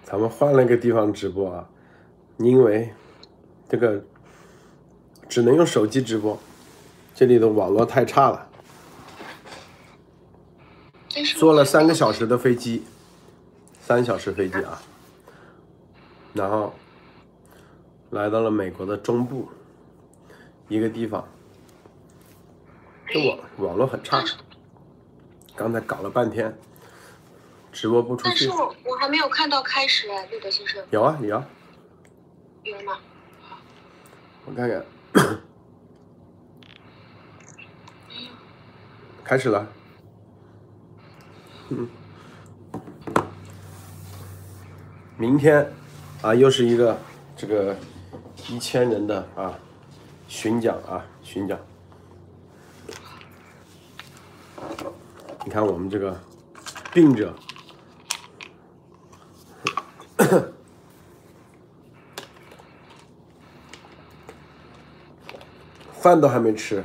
咱们换了一个地方直播啊，因为这个只能用手机直播，这里的网络太差了。坐了3个小时的飞机，3小时飞机啊，然后来到了美国的中部一个地方，这网络很差，刚才搞了半天，直播不出去。 但是我还没有看到开始啊，路德先生。 有啊，有啊。 有吗？ 我看看，开始了。明天啊，又是一个这个1000人的啊巡讲啊巡讲。你看我们这个病者，饭都还没吃。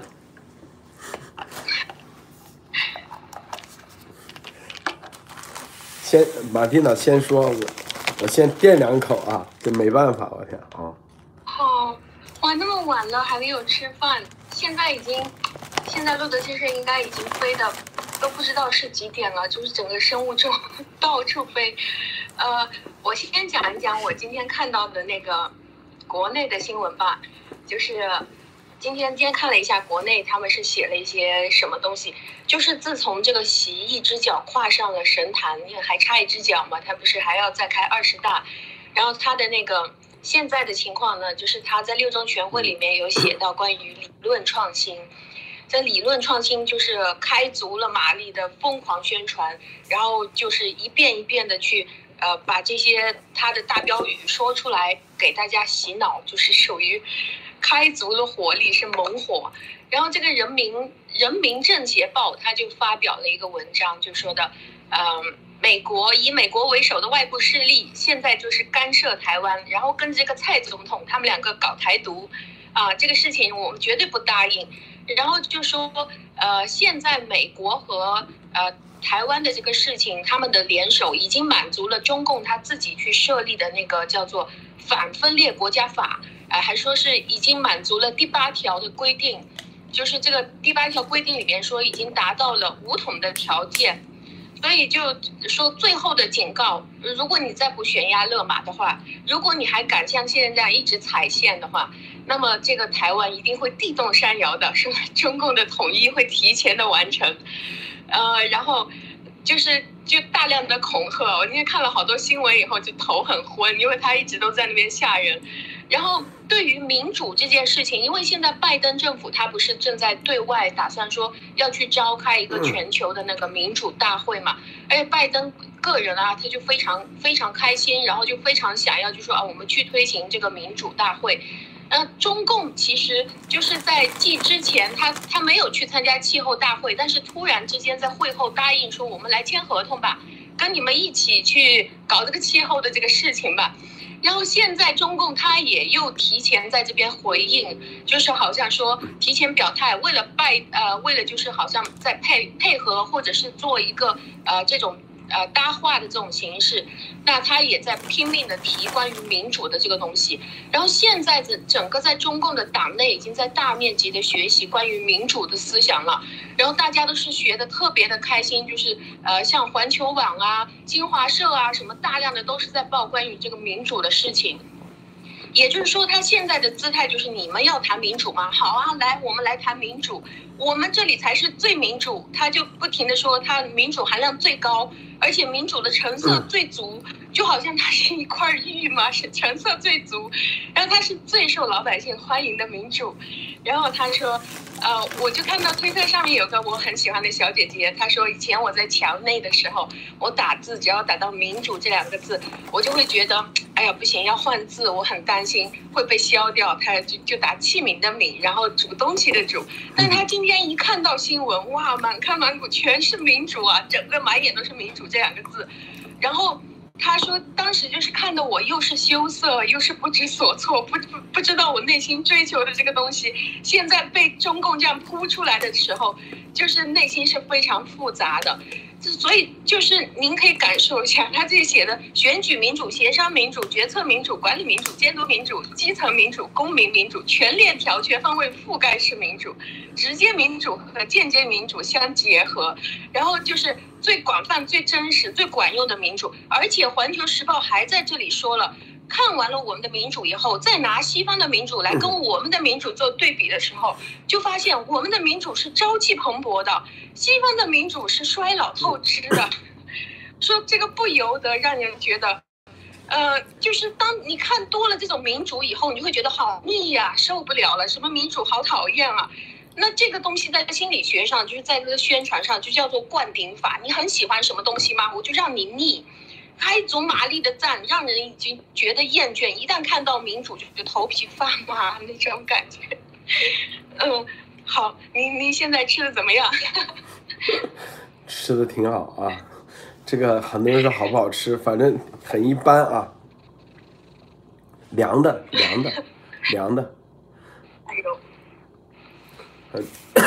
先马蒂娜先说，我先垫2口啊，这没办法，我天啊！ 好，哇，那么晚了还没有吃饭，现在路德先生应该已经飞的都不知道是几点了，就是整个生物钟到处飞。我先讲一讲我今天看到的那个国内的新闻吧，就是今天看了一下国内他们是写了一些什么东西，就是自从这个习一只脚跨上了神坛，因为还差一只脚嘛，他不是还要再开20大，然后他的那个现在的情况呢，就是他在6中全会里面有写到关于理论创新。这理论创新就是开足了马力的疯狂宣传，然后就是一遍一遍的去把这些他的大标语说出来给大家洗脑，就是属于开足了火力，是猛火。然后这个人民政协报他就发表了一个文章，就说的以美国为首的外部势力现在就是干涉台湾，然后跟这个蔡总统他们2个搞台独这个事情我们绝对不答应。然后就说现在美国和台湾的这个事情，他们的联手已经满足了中共他自己去设立的那个叫做反分裂国家法，还说是已经满足了第8条的规定，就是这个第8条规定里面说已经达到了武统的条件，所以就说最后的警告，如果你再不悬崖勒马的话，如果你还敢像现在这样一直踩线的话，那么这个台湾一定会地动山摇的，说中共的统一会提前的完成，然后就大量的恐吓。我今天看了好多新闻以后就头很昏，因为他一直都在那边吓人。然后对于民主这件事情，因为现在拜登政府他不是正在对外打算说要去召开一个全球的那个民主大会嘛，而且拜登个人他就非常非常开心，然后就非常想要就说我们去推行这个民主大会。中共其实就是在继之前他没有去参加气候大会，但是突然之间在会后答应说我们来签合同吧，跟你们一起去搞这个气候的这个事情吧。然后现在中共他也又提前在这边回应，就是好像说提前表态，为了就是好像在配合或者是做一个这种搭话的这种形式，那他也在拼命的提关于民主的这个东西。然后现在整个在中共的党内已经在大面积的学习关于民主的思想了，然后大家都是学的特别的开心，就是像环球网新华社什么大量的都是在报关于这个民主的事情。也就是说他现在的姿态就是你们要谈民主吗？好来我们来谈民主，我们这里才是最民主。他就不停的说他民主含量最高，而且民主的成色最足，就好像它是一块玉嘛，是成色最足，然后它是最受老百姓欢迎的民主。然后他说我就看到推特上面有个我很喜欢的小姐姐，她说以前我在墙内的时候，我打字只要打到民主这2个字，我就会觉得哎呀不行，要换字，我很担心会被消掉，他就打器皿的皿，然后煮东西的煮。但他今天一看到新闻，哇，满看满谷全是民主整个满眼都是民主这2个字。然后他说当时就是看得我又是羞涩又是不知所措，不知道我内心追求的这个东西现在被中共这样扑出来的时候，就是内心是非常复杂的。 所以就是您可以感受一下，他这里写的选举民主、协商民主、决策民主、管理民主、监督民主、基层民主、公民民主、全链条、全方位覆盖式民主、直接民主和间接民主相结合，然后就是最广泛、最真实、最管用的民主。而且《环球时报》还在这里说了，看完了我们的民主以后，再拿西方的民主来跟我们的民主做对比的时候，就发现我们的民主是朝气蓬勃的，西方的民主是衰老透支的。说这个不由得让人觉得，就是当你看多了这种民主以后，你就会觉得好腻呀，受不了了，什么民主好讨厌啊。那这个东西在心理学上，就是在这个宣传上，就叫做灌顶法。你很喜欢什么东西吗？我就让你腻。开足马力的赞，让人已经觉得厌倦，一旦看到民主就头皮发麻那种感觉。好，您现在吃的怎么样？ 吃的挺好啊，这个很多人说好不好吃，反正很一般啊，凉的。 哎呦，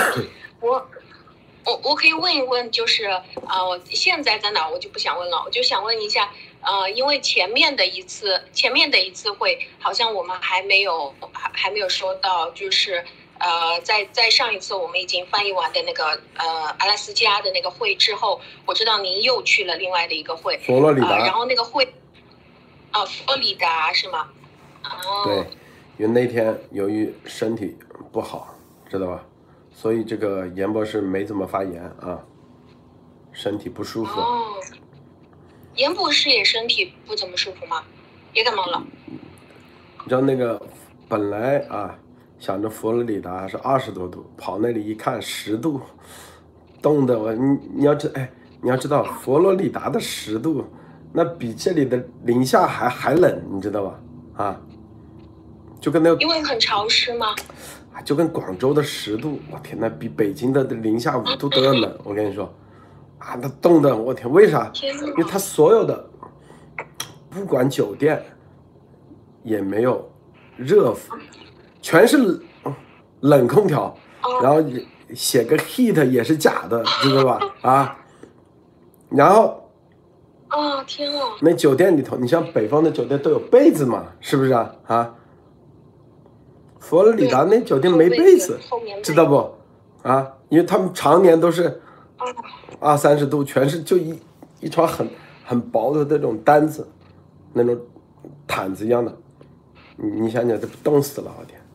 我可以问一问，就是我现在在哪？我就不想问了，我就想问一下，因为前面的一次会，好像我们还没有说到，就是在上一次我们已经翻译完的那个阿拉斯加的那个会之后，我知道您又去了另外的一个会， 佛罗里达， 然后那个会，佛罗里达是吗？ 对，因为那天由于身体不好，知道吧？所以这个严博士没怎么发言啊，身体不舒服。 严博士也身体不怎么舒服吗？也感冒了？ 你知道那个本来啊，想着佛罗里达是20多度，跑那里一看10度，冻的我你要知道佛罗里达的10度，那比这里的零下还冷，你知道吧？啊，就跟那个因为很潮湿吗？ 就跟广州的10度，我天，那比北京的零下5度都要冷。我跟你说，啊，那冻的我天，为啥？因为它所有的，不管酒店，也没有热风，全是冷空调，然后写个 heat 也是假的，知道吧？啊，然后， 天啊！ 那酒店里头，你像北方的酒店都有被子嘛，是不是啊？啊？佛罗里达那酒店没被子，知道不？啊，因为他们常年都是20-30度，全是就一床很薄的那种单子，那种毯子一样的，你想想，这不冻死了，我天！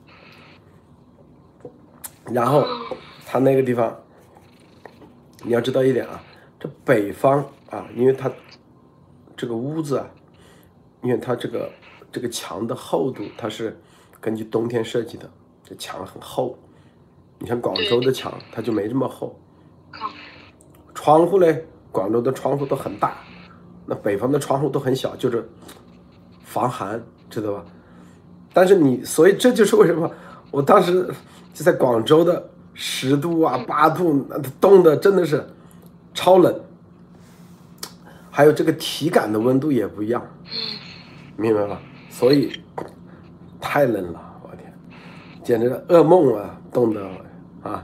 然后他那个地方，你要知道一点啊，这北方啊，因为它这个屋子啊，因为它这个墙的厚度，它是根据冬天设计的，这墙很厚。你像广州的墙，它就没这么厚。窗户嘞，广州的窗户都很大，那北方的窗户都很小，就是防寒，知道吧？但是所以这就是为什么我当时就在广州的10度啊、8度，那冻的真的是超冷。还有这个体感的温度也不一样，明白吧？所以太冷了，我天，简直噩梦啊，冻的啊！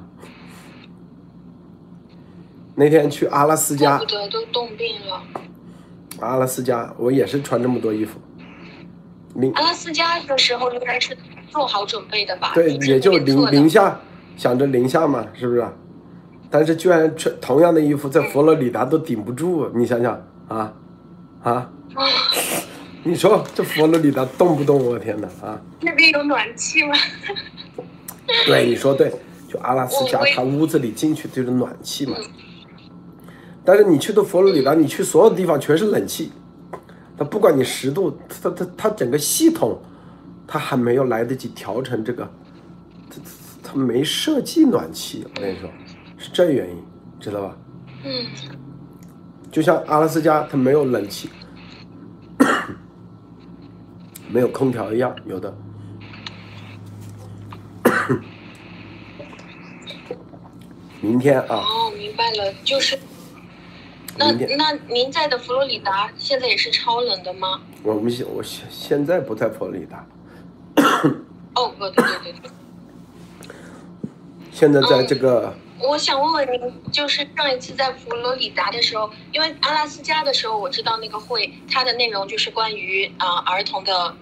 那天去阿拉斯加， 怪不得都冻病了。 阿拉斯加我也是穿这么多衣服。 阿拉斯加的时候应该是做好准备的吧？ 对，也就零下，想着零下嘛，是不是？但是居然穿同样的衣服在佛罗里达都顶不住，你想想啊！你说这佛罗里达冻不冻？我天哪啊！ 那边有暖气吗？ 对，你说对，就阿拉斯加，它屋子里进去就是暖气嘛。但是你去的佛罗里达，你去所有地方全是冷气，它不管你10度，它整个系统，它还没有来得及调成这个，它没设计暖气，我跟你说，是这原因，知道吧？就像阿拉斯加，它没有冷气，没有空调一样，有的。明天啊。 明白了，就是。那您在的佛罗里达现在也是超冷的吗？ 我现在不在佛罗里达。 对。 现在在这个我想问问您，就是上一次在佛罗里达的时候，因为阿拉斯加的时候，我知道那个会它的内容就是关于儿童的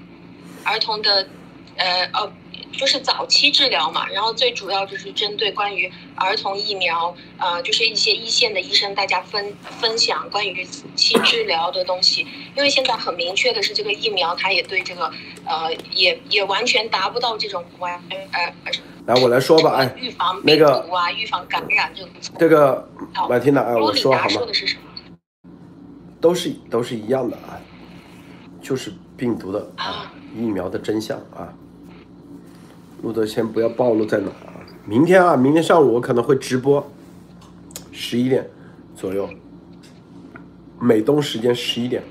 就是早期治疗嘛，然后最主要就是针对关于儿童疫苗，就是一些一线的医生大家分享关于早期治疗的东西，因为现在很明确的是这个疫苗它也对这个也完全达不到这种来，我来说吧，哎， 预防病毒啊，预防感染这个马蒂娜，哎，我说好吗？ 说的是什么？ 都是一样的啊，就是病毒的疫苗的真相啊。路德先不要暴露在哪啊！明天上午我可能会直播，11点左右，美东时间11点，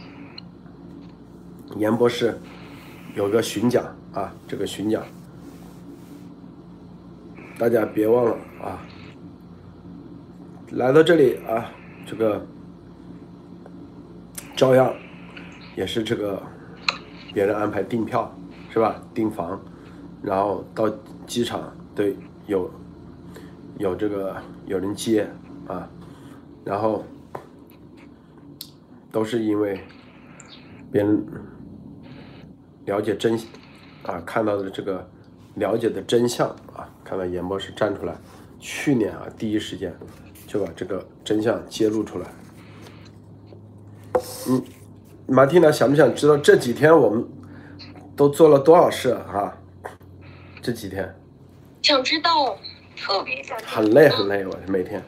严博士有个巡讲啊，这个巡讲。大家别忘了啊，来到这里啊，这个照样也是这个别人安排订票是吧？订房，然后到机场对有这个有人接啊，然后都是因为别人了解看到的这个了解的真相啊。看到严博士站出来，去年第一时间就把这个真相揭露出来。马蒂娜想不想知道这几天我们都做了多少事啊？这几天想知道，特别想知道。 很累，我每天。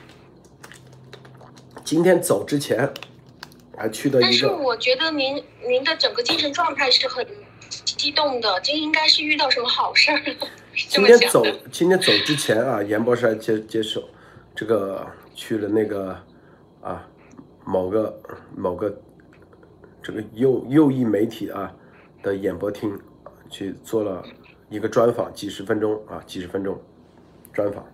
今天走之前还去的一个。 但是我觉得您的整个精神状态是很激动的，这应该是遇到什么好事儿了。 今天走之前啊，严博士还接手这个去了那个某个这个右翼媒体的演播厅去做了一个专访，几十分钟专访。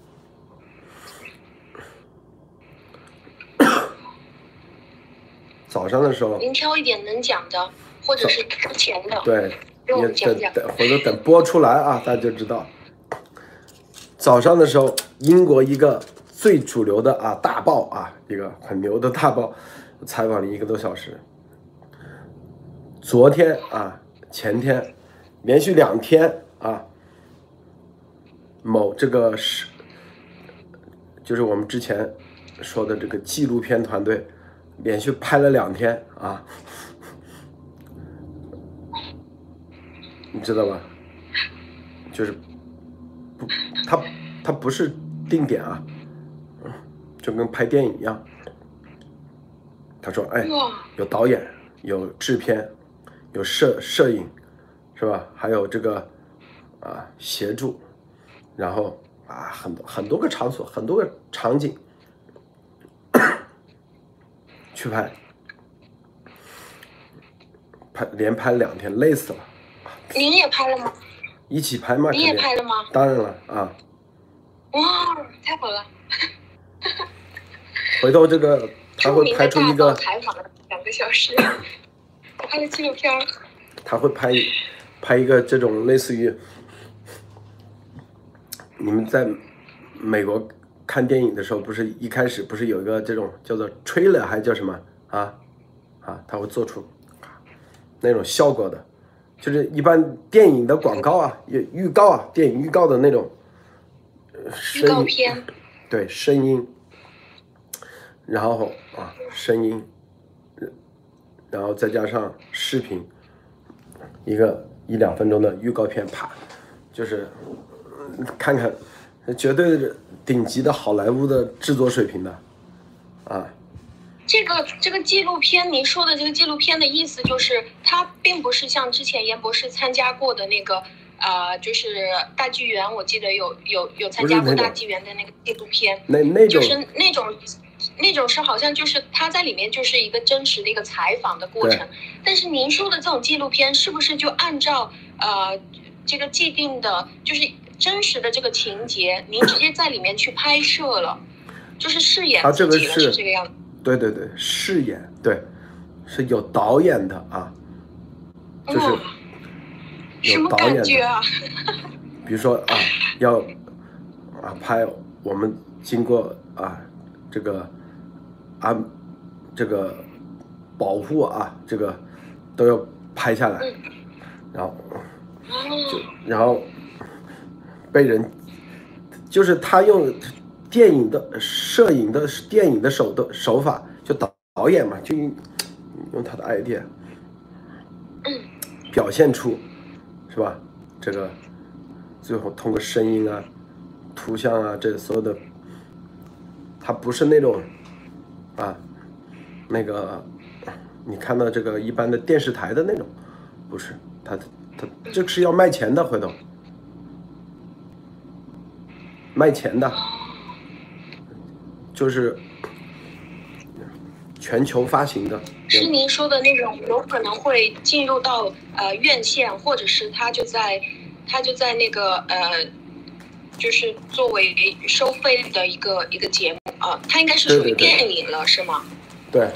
早上的时候， 您挑一点能讲的，或者是之前的， 对。 给我们讲讲。 回头等播出来大家就知道。早上的时候，英国一个最主流的大报一个很牛的大报，采访了1个多小时。昨天前天连续2天某这个就是我们之前说的这个纪录片团队连续拍了2天你知道吧？就是他不是定点就跟拍电影一样。他说有导演，有制片，有摄影，是吧？还有这个协助，然后很多个场所，很多个场景去拍，连拍2天，累死了。 您也拍了吗？ 一起拍嘛？ 你也拍了吗？ 当然了哇，太好了！ 回头这个他会拍出一个采访了2个小时，拍的纪录片。 他会拍一个这种类似于你们在美国看电影的时候，不是一开始不是有一个这种叫做 trailer 还叫什么他会做出那种效果的。就是一般电影的广告预告电影预告的那种预告片， 对，声音，然后声音，然后再加上视频，一个1-2分钟的预告片，就是看看，绝对是顶级的好莱坞的制作水平的这个纪录片，您说的这个纪录片的意思就是，它并不是像之前严博士参加过的那个就是大纪元，我记得有参加过大纪元的那个纪录片，就是那种是好像就是他在里面就是一个真实的一个采访的过程。但是您说的这种纪录片，是不是就按照这个既定的，就是真实的这个情节，您直接在里面去拍摄了，就是饰演自己了，是这个样子？ 对，饰演，对，是有导演的就是有导演的。 什么感觉比如说要拍我们经过这个这个保护这个都要拍下来，然后被人就是他用电影的摄影的电影的手法，就导演嘛，就用他的 idea 表现出，是吧？这个最后通过声音图像这所有的，它不是那种那个你看到这个一般的电视台的那种，不是，它这是要卖钱的，回头卖钱的，就是全球发行的。 是您说的那种有可能会进入到院线，或者是它就在那个就是作为收费的一个节目它应该是属于电影了，是吗？ 对。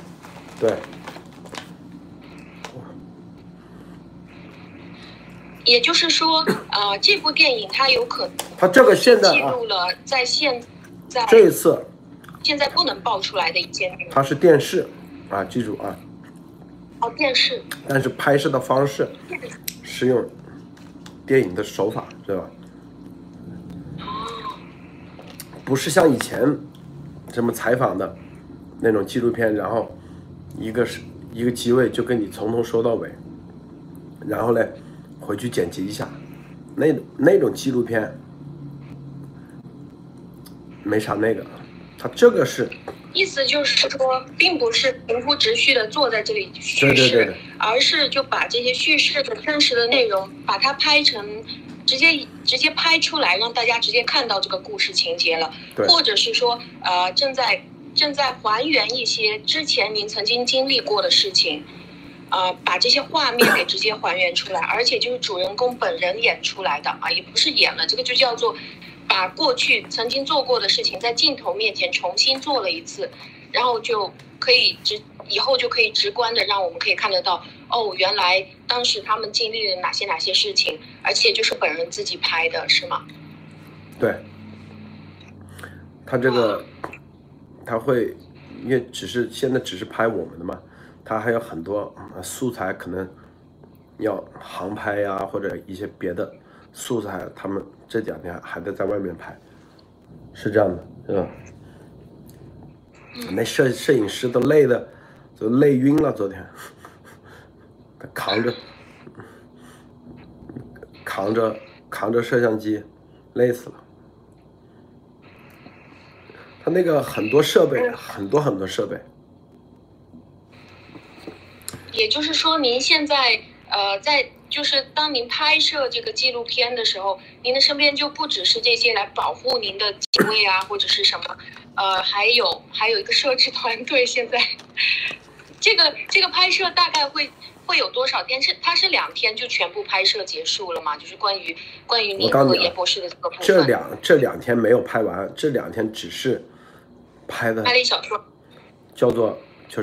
也就是说，这部电影它有可能， 它这个现在记录了在这一次现在不能爆出来的一些内容。 它是电视记住电视， 但是拍摄的方式是用电影的手法，对吧？不是像以前什么采访的那种纪录片，然后一个机位就跟你从头说到尾，然后呢回去剪辑一下，那种纪录片没啥那个，它这个是意思就是说，并不是平铺直叙的坐在这里叙事， 对， 而是就把这些叙事的真实的内容，把它拍成直接拍出来，让大家直接看到这个故事情节了，或者是说正在还原一些之前您曾经经历过的事情。把这些画面给直接还原出来，而且就是主人公本人演出来的也不是演了，这个就叫做把过去曾经做过的事情在镜头面前重新做了一次，然后就可以以后就可以直观的让我们可以看得到，原来当时他们经历了哪些事情，而且就是本人自己拍的，是吗？ 对，他这个他会因为现在只是拍我们的嘛，他还有很多素材，可能要航拍或者一些别的素材，他们这2天还得在外面拍，是这样的，是吧？那摄影师都累晕了，昨天他扛着摄像机，累死了。他那个很多设备，很多设备。 也就是说，您现在就是当您拍摄这个纪录片的时候，您的身边就不只是这些来保护您的警卫或者是什么，还有一个摄制团队。现在这个拍摄大概会有多少天？它是2天就全部拍摄结束了吗？就是关于您和严博士的这个部分。 这两天没有拍完，这2天只是拍了一小段， 叫做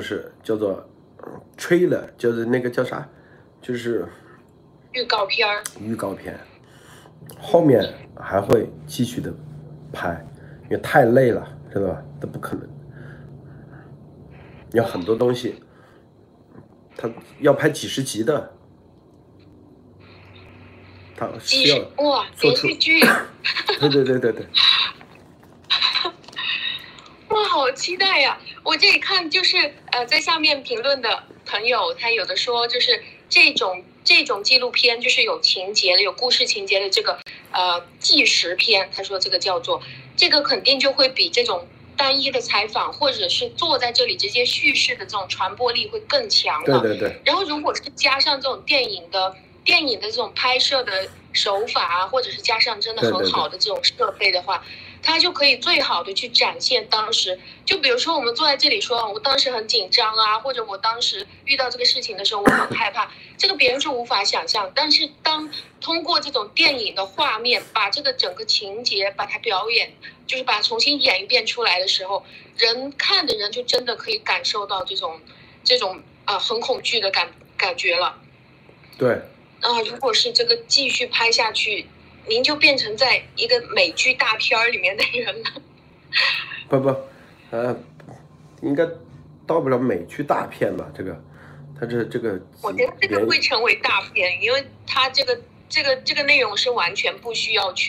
trailer， 就是那个叫啥，就是预告片。 后面还会继续的拍，因为太累了，知道吧？这不可能，有很多东西，他要拍几十集的，他需要做出连续剧。 对。 哇，好期待呀！我这里看就是在下面评论的朋友，他有的说就是这种纪录片就是有情节的、有故事情节的这个纪实片，他说这个叫做这个肯定就会比这种单一的采访或者是坐在这里直接叙事的这种传播力会更强的。 对。 然后如果是加上这种电影的这种拍摄的手法或者是加上真的很好的这种设备的话，它就可以最好的去展现当时，就比如说我们坐在这里说我当时很紧张或者我当时遇到这个事情的时候我很害怕，这个别人是无法想象，但是当通过这种电影的画面把这个整个情节把它表演，就是把它重新演一遍出来的时候，看的人就真的可以感受到这种很恐惧的感觉了。 对。 如果是这个继续拍下去， 您就变成在一个美剧大片里面的人了。 不，应该到不了美剧大片吧？它这个， 我觉得这个会成为大片，因为它这个内容是完全不需要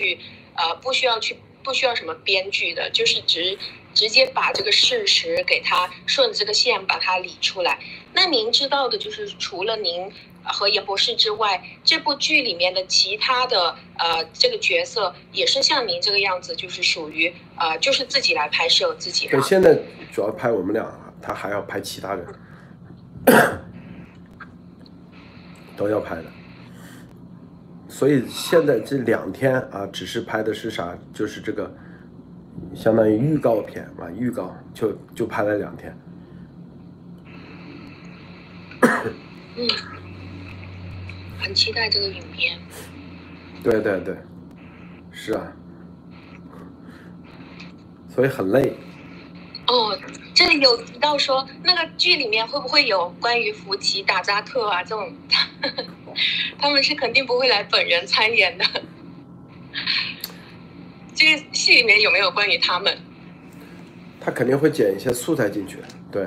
什么编剧的，就是直接把这个事实给它顺这个线把它理出来。那您知道的就是除了您和严博士之外，这部剧里面的其他的这个角色也是像您这个样子，就是属于就是自己来拍摄自己。 对，现在主要拍我们俩，他还要拍其他人，都要拍的。所以现在这2天啊，只是拍的是啥？就是这个相当于预告片啊，预告就拍了2天。 很期待这个影片。 对，是啊，所以很累。 哦，这里有提到说那个剧里面会不会有关于福奇、打扎克啊这种，他们是肯定不会来本人参演的。这个戏里面有没有关于他们？ 他肯定会剪一些素材进去，对。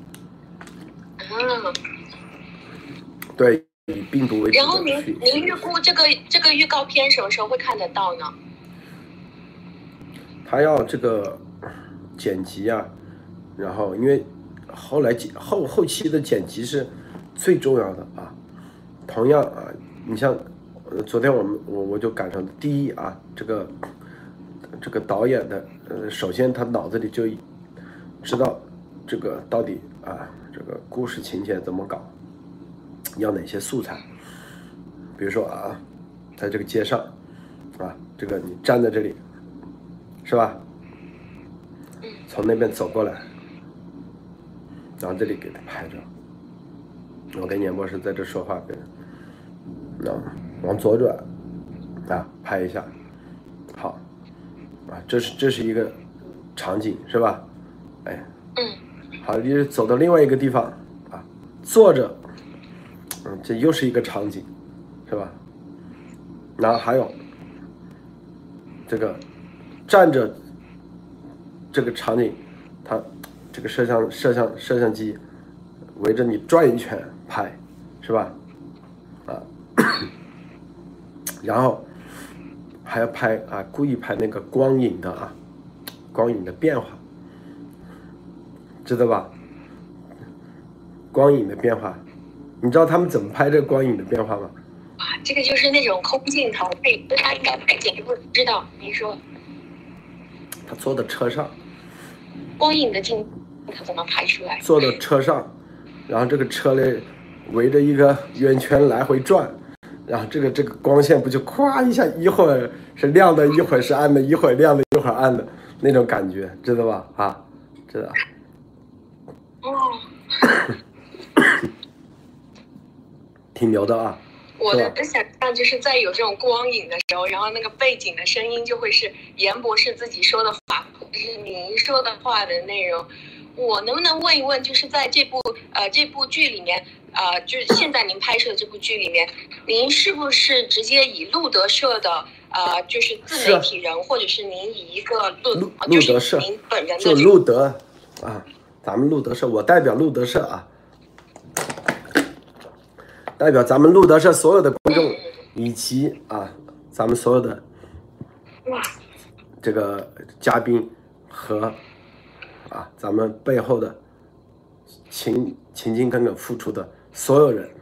对，以病毒为主。 然后您预估这个预告片什么时候会看得到呢？ 他要这个剪辑啊，然后因为后期的剪辑是最重要的啊。同样啊，你像昨天我就赶上第一啊，这个导演的首先他脑子里就知道这个到底啊这个故事情节怎么搞，要哪些素材。比如说啊，在这个街上啊，这个你站在这里是吧，从那边走过来，然后这里给他拍着，我跟严博士在这说话，往左转啊，拍一下，好啊，这是一个场景是吧？哎，好，你走到另外一个地方啊，坐着，这又是一个场景，是吧？然后还有这个站着，这个场景，它这个摄像机围着你转一圈拍，是吧？啊，然后还要拍啊，故意拍那个光影的变化，知道吧？光影的变化，你知道他们怎么拍这个光影的变化吗？ 这个就是那种空镜头，他应该拍剪辑部知道。您说， 他坐在车上， 光影的镜头怎么拍出来？ 坐在车上，然后这个车嘞围着一个圆圈来回转，然后这个光线不就咵一下，一会儿是亮的，一会儿是暗的，一会儿亮的，一会儿暗的那种感觉，知道吧？啊，知道。挺牛的啊！ 我的想象就是在有这种光影的时候，然后那个背景的声音就会是严博士自己说的话，就是您说的话的内容。我能不能问一问，就是在这部剧里面，就是现在您拍摄的这部剧里面，您是不是直接以路德社的就是自媒体人，或者是您以一个路德社， 您本人的就路德啊，咱们路德社，我代表路德社啊。代表咱们路德社所有的观众，以及啊，咱们所有的这个嘉宾和啊，咱们背后的勤勤恳恳付出的所有人。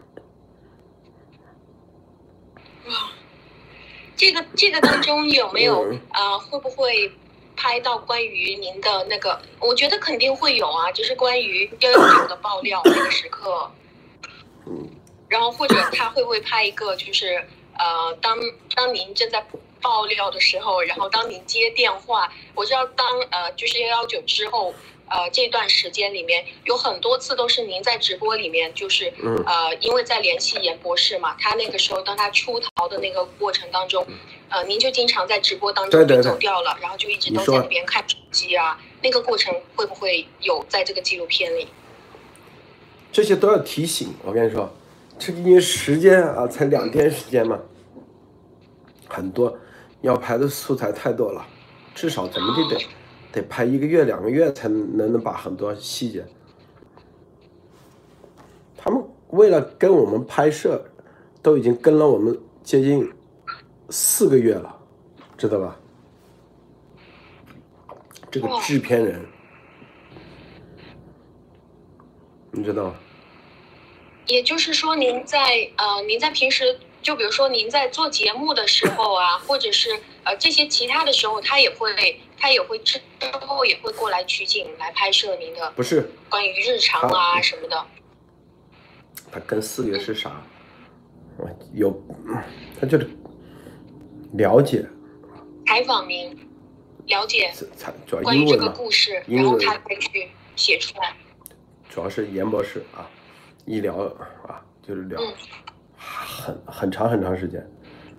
这个当中有没有会不会拍到关于您的那个？我觉得肯定会有啊，就是关于119的爆料那个时刻。然后或者他会不会拍一个，就是当您正在爆料的时候，然后当您接电话，我知道就是119之后，这段时间里面有很多次都是您在直播里面，就是因为在联系严博士嘛，他那个时候当他出逃的那个过程当中，您就经常在直播当中就走掉了，然后就一直都在那边看手机啊，那个过程会不会有在这个纪录片里？ 这些都要提醒，我跟你说。这因为时间啊，才2天时间嘛，很多， 要拍的素材太多了，至少怎么得拍1个月2个月才能把很多细节。他们为了跟我们拍摄，都已经跟了我们接近4个月了，知道吧？这个制片人，你知道吗？ 也就是说，您在平时，就比如说您在做节目的时候啊，或者是这些其他的时候，他也会之后也会过来取景来拍摄您的， 不是关于日常啊什么的。 他跟4个月是啥？他就是了解， 采访您，了解主要关于这个英文嘛， 故事，然后他再去写出来。 主要是严博士啊，医疗啊，就是聊很长时间，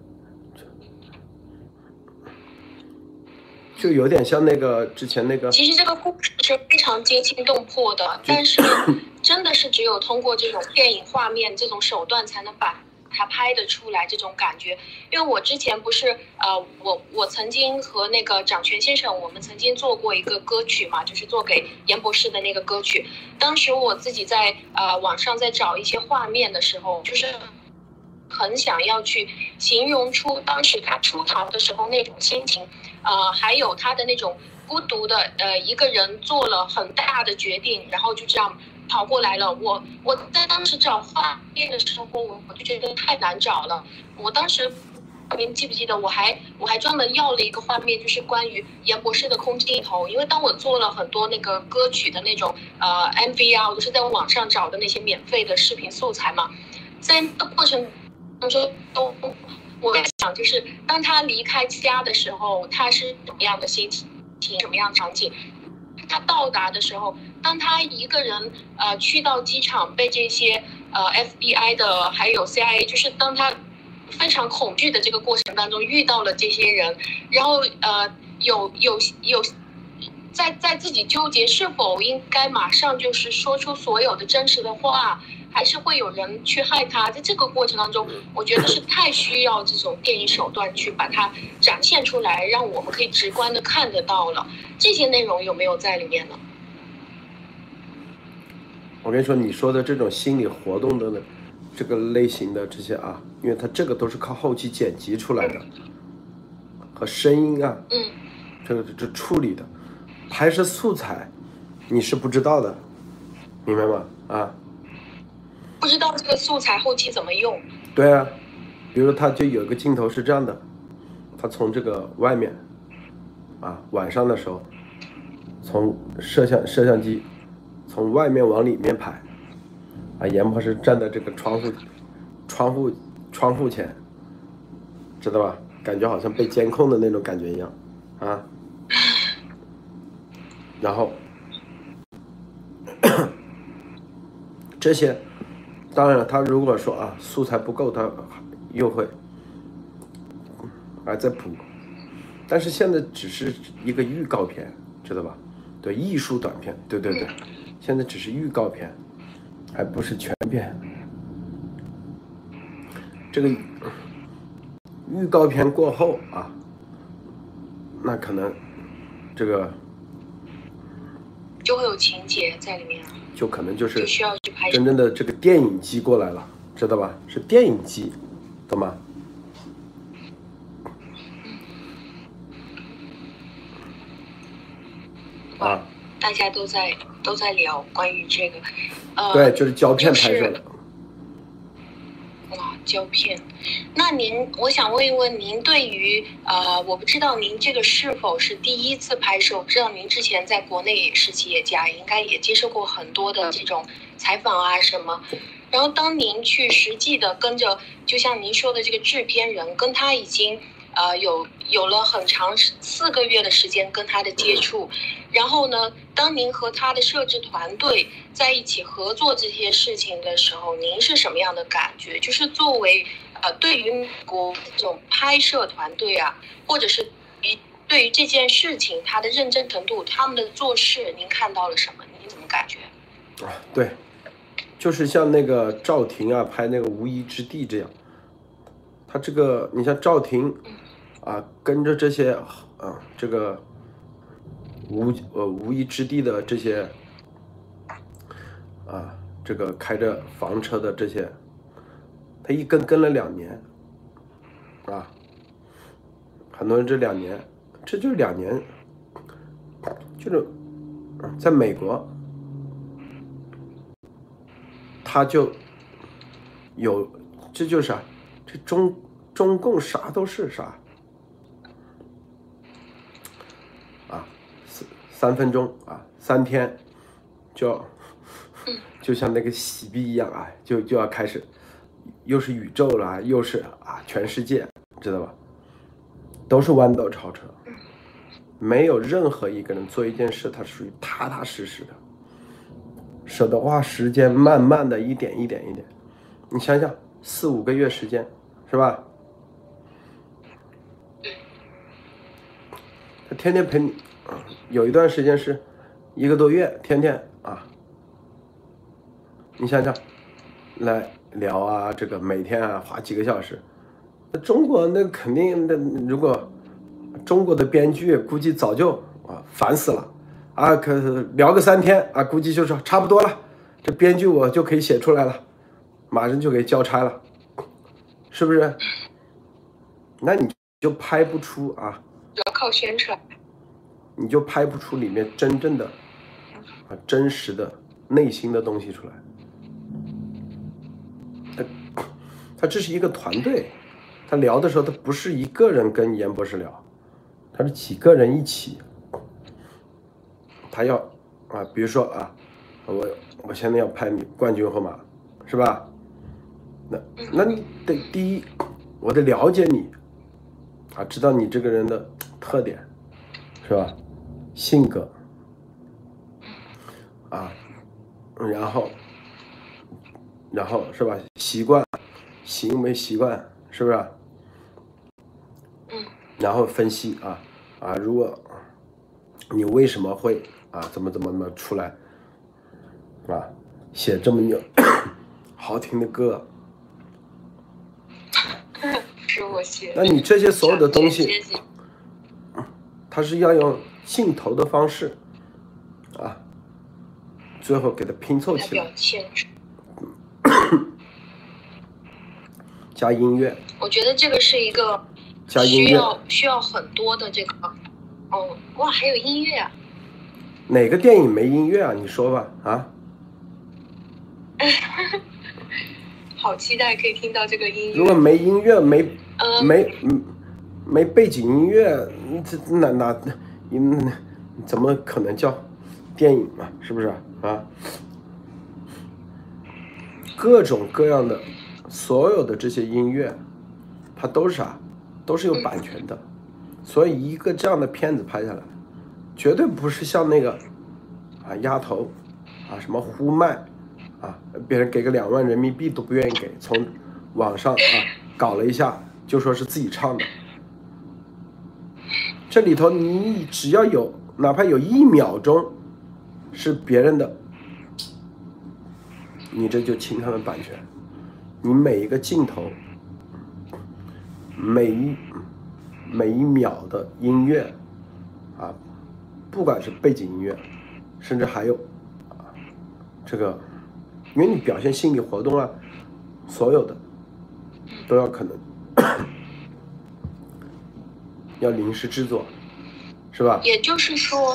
就有点像那个之前那个。 其实这个故事是非常惊心动魄的，但是真的是只有通过这种电影画面这种手段才能把它拍得出来这种感觉。因为我之前不是我曾经和那个掌权先生，我们曾经做过一个歌曲嘛，就是做给严博士的那个歌曲。当时我自己在网上在找一些画面的时候，就是很想要去形容出当时他出逃的时候那种心情，还有他的那种孤独的一个人做了很大的决定，然后就这样跑过来了。我在当时找画面的时候，我就觉得太难找了。我当时您记不记得我还专门要了一个画面，就是关于严博士的空镜头，因为当我做了很多那个歌曲的那种MV 啊，我都是在网上找的那些免费的视频素材嘛，在那个过程当中我在想，就是当他离开家的时候，他是什么样的心情，什么样的场景？他到达的时候，当他一个人去到机场，被这些FBI 的还有 CIA， 就是当他非常恐惧的这个过程当中遇到了这些人，然后有在自己纠结是否应该马上就是说出所有的真实的话，还是会有人去害他。在这个过程当中，我觉得是太需要这种电影手段去把它展现出来，让我们可以直观的看得到了。这些内容有没有在里面呢？ 我跟你说，你说的这种心理活动的这个类型的这些啊，因为它这个都是靠后期剪辑出来的，和声音啊，这处理的，拍摄素材你是不知道的，明白吗？啊， 不知道这个素材后期怎么用。 对啊，比如他就有一个镜头是这样的，他从这个外面啊，晚上的时候，从摄像机从外面往里面拍，啊，严博士站在这个窗户前，知道吧？感觉好像被监控的那种感觉一样，啊，然后这些，当然了，他如果说啊素材不够，他又会再补，但是现在只是一个预告片，知道吧？对，艺术短片，对，现在只是预告片，还不是全片。这个预告片过后啊，那可能这个就会有情节在里面， 就可能就是需要去拍真正的这个电影机过来了，知道吧？是电影机，懂吗？啊， 大家都在聊关于这个， 对，就是胶片拍摄的。 哇，胶片。那我想问一问您，对于我不知道您这个是否是第一次拍摄？我知道您之前在国内也是企业家，应该也接受过很多的这种采访啊什么。然后当您去实际的跟着，就像您说的这个制片人，跟他已经有了很长4个月的时间跟他的接触，然后呢，当您和他的摄制团队在一起合作这些事情的时候，您是什么样的感觉？就是作为对于美国这种拍摄团队啊，或者是对于这件事情他的认真程度，他们的做事，您看到了什么？您怎么感觉？ 对，就是像那个赵婷啊拍那个《无依之地》这样，他这个你像赵婷跟着这些这个无依之地的这些这个开着房车的这些，他一跟了2年很多人这2年，这就是2年，就是在美国，他就有，这就是啥，这中共啥都是啥3分钟3天就像那个洗币一样就要开始，又是宇宙了，又是全世界，知道吧？都是弯道超车，没有任何一个人做一件事，他属于踏踏实实的，舍得花时间，慢慢的一点一点。你想想，4、5个月时间，是吧？他天天陪你，有一段时间是1个多月，天天你想想，来聊这个每天花几个小时。中国那肯定的，如果中国的编剧估计早就烦死了可聊个3天估计就说差不多了，这编剧我就可以写出来了，马上就给交差了，是不是？那你就拍不出要靠宣传， 你就拍不出里面真正的真实的内心的东西出来。他这是一个团队，他聊的时候，他不是一个人跟严博士聊，他是几个人一起。他要比如说我现在要拍你冠军后马，是吧？那你得第一，我得了解你知道你这个人的特点，是吧？性格然后是吧？习惯。行为习惯是不是？然后分析如果你为什么会怎么出来写这么好听的歌， 是我写。 那你这些所有的东西，它是要用镜头的方式最后给它拼凑起来。加音乐， 我觉得这个是一个需要很多的这个哇，还有音乐哪个电影没音乐你说吧好期待可以听到这个音乐。 如果没音乐，没背景音乐，怎么可能叫电影嘛？是不是各种各样的。所有的这些音乐，它都是都是有版权的，所以一个这样的片子拍下来，绝对不是像那个丫头什么呼麦别人给个2万人民币都不愿意给，从网上搞了一下就说是自己唱的。这里头你只要有哪怕有1秒钟是别人的，你这就侵他们版权。你每一个镜头，每一秒的音乐不管是背景音乐，甚至还有这个，因为你表现心理活动所有的都要可能要临时制作，是吧？ 也就是说，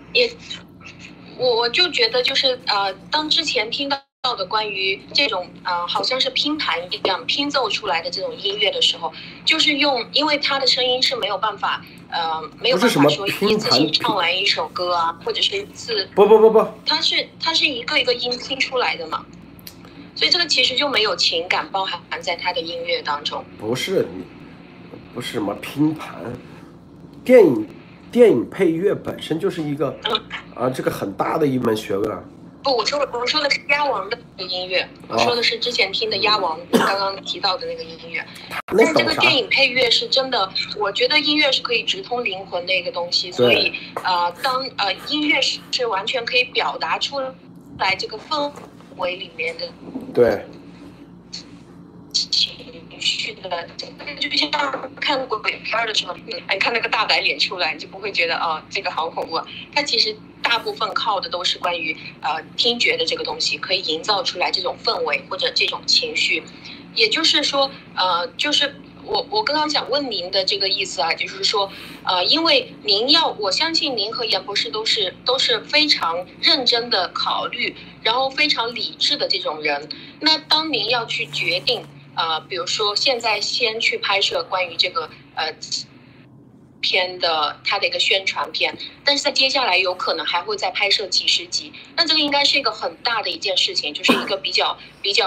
我就觉得就是当之前听到的关于这种好像是拼盘一样拼奏出来的这种音乐的时候，就是因为他的声音是没有办法没有办法说一次性唱完一首歌或者是一次不， 它是一个一个音拼出来的嘛，所以这个其实就没有情感包含在他的音乐当中。 不是什么拼盘，电影配乐本身就是一个这个很大的一门学问不，我说的是鸭王的音乐，我说的是之前听的鸭王刚刚提到的那个音乐。但是这个电影配乐是真的，我觉得音乐是可以直通灵魂的一个东西，所以当音乐是完全可以表达出来这个氛围里面的对情绪的的，这个就像看鬼片的时候，你看那个大白脸出来，你就不会觉得这个好恐怖啊。它其实大部分靠的都是关于听觉的这个东西，可以营造出来这种氛围或者这种情绪。也就是说，就是我刚刚想问您的这个意思啊，就是说，因为我相信您和严博士都是非常认真的考虑，然后非常理智的这种人。那当您要去决定，比如说现在先去拍摄关于这个片的它的一个宣传片，但是在接下来有可能还会再拍摄几十集，那这个应该是一个很大的一件事情，就是一个比较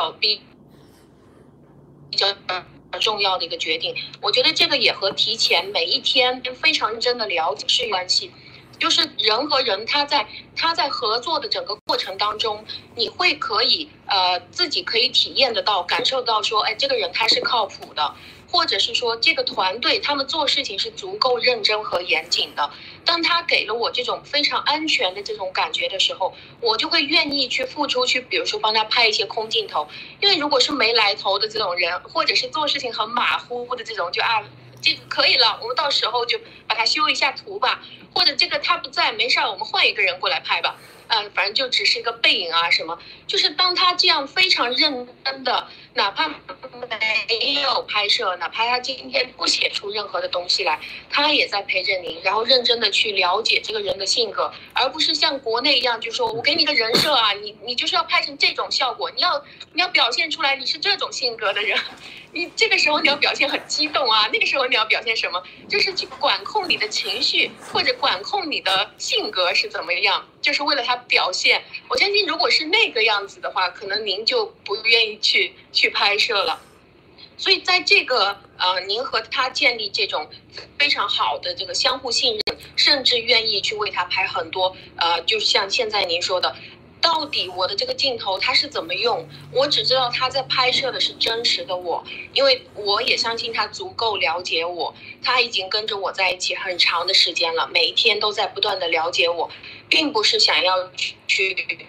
重要的一个决定。我觉得这个也和提前每一天非常认真的了解是有关系。就是人和人他在合作的整个过程当中，你可以自己可以体验得到，感受到说，这个人他是靠谱的，或者是说这个团队他们做事情是足够认真和严谨的。当他给了我这种非常安全的这种感觉的时候，我就会愿意去付出，去比如说帮他拍一些空镜头。因为如果是没来头的这种人，或者是做事情很马虎的这种，这个可以了，我们到时候就把它修一下图吧，或者这个他不在没事，我们换一个人过来拍吧，反正就只是一个背影啊什么。就是当他这样非常认真的，哪怕没有拍摄，哪怕他今天不写出任何的东西来，他也在陪着您，然后认真的去了解这个人的性格，而不是像国内一样，就说我给你个人设啊，你就是要拍成这种效果，你要表现出来你是这种性格的人，你这个时候你要表现很激动啊，那个时候你要表现什么，就是去管控你的情绪或者管控你的性格是怎么样，就是为了他表现。我相信如果是那个样子的话，可能您就不愿意去拍摄了。所以在这个您和他建立这种非常好的这个相互信任，甚至愿意去为他拍很多就是像现在您说的，到底我的这个镜头它是怎么用，我只知道他在拍摄的是真实的我，因为我也相信他足够了解我，他已经跟着我在一起很长的时间了，每一天都在不断的了解我，并不是想要去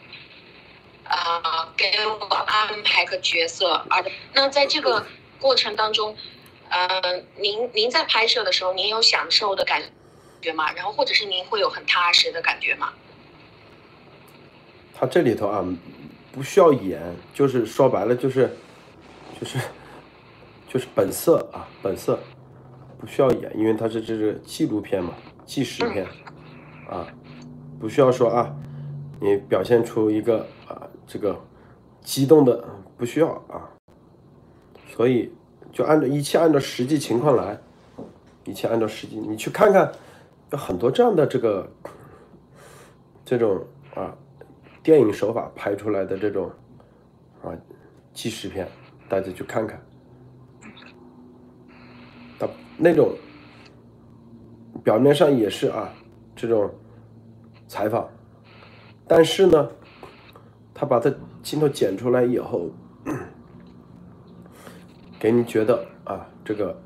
给我安排个角色。那在这个过程当中，您在拍摄的时候，您有享受的感觉吗？然后或者是您会有很踏实的感觉吗？ 他这里头不需要演，就是说白了就是本色本色，不需要演，因为它这是纪录片嘛，纪实片不需要说你表现出一个这个激动的，不需要所以就一切按照实际情况来，一切按照实际，你去看看，有很多这样的这种电影手法拍出来的这种纪实片，大家去看看，那种表面上也是这种采访，但是呢，他把他镜头剪出来以后，给你觉得这个，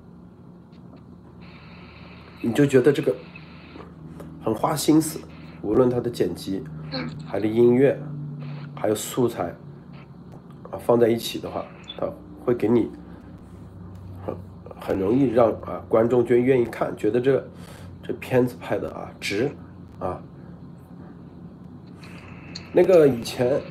你就觉得这个很花心思，无论他的剪辑，还是音乐，还有素材放在一起的话，他会给你很容易让观众就愿意看，觉得这片子拍的值那个以前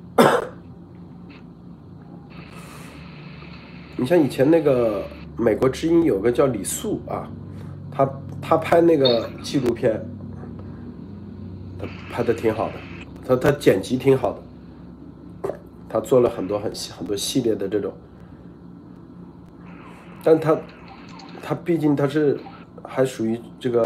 你像以前那个美国之音有个叫李素他拍那个纪录片，他拍的挺好的，他剪辑挺好的，他做了很多系列的这种，但他毕竟他是还属于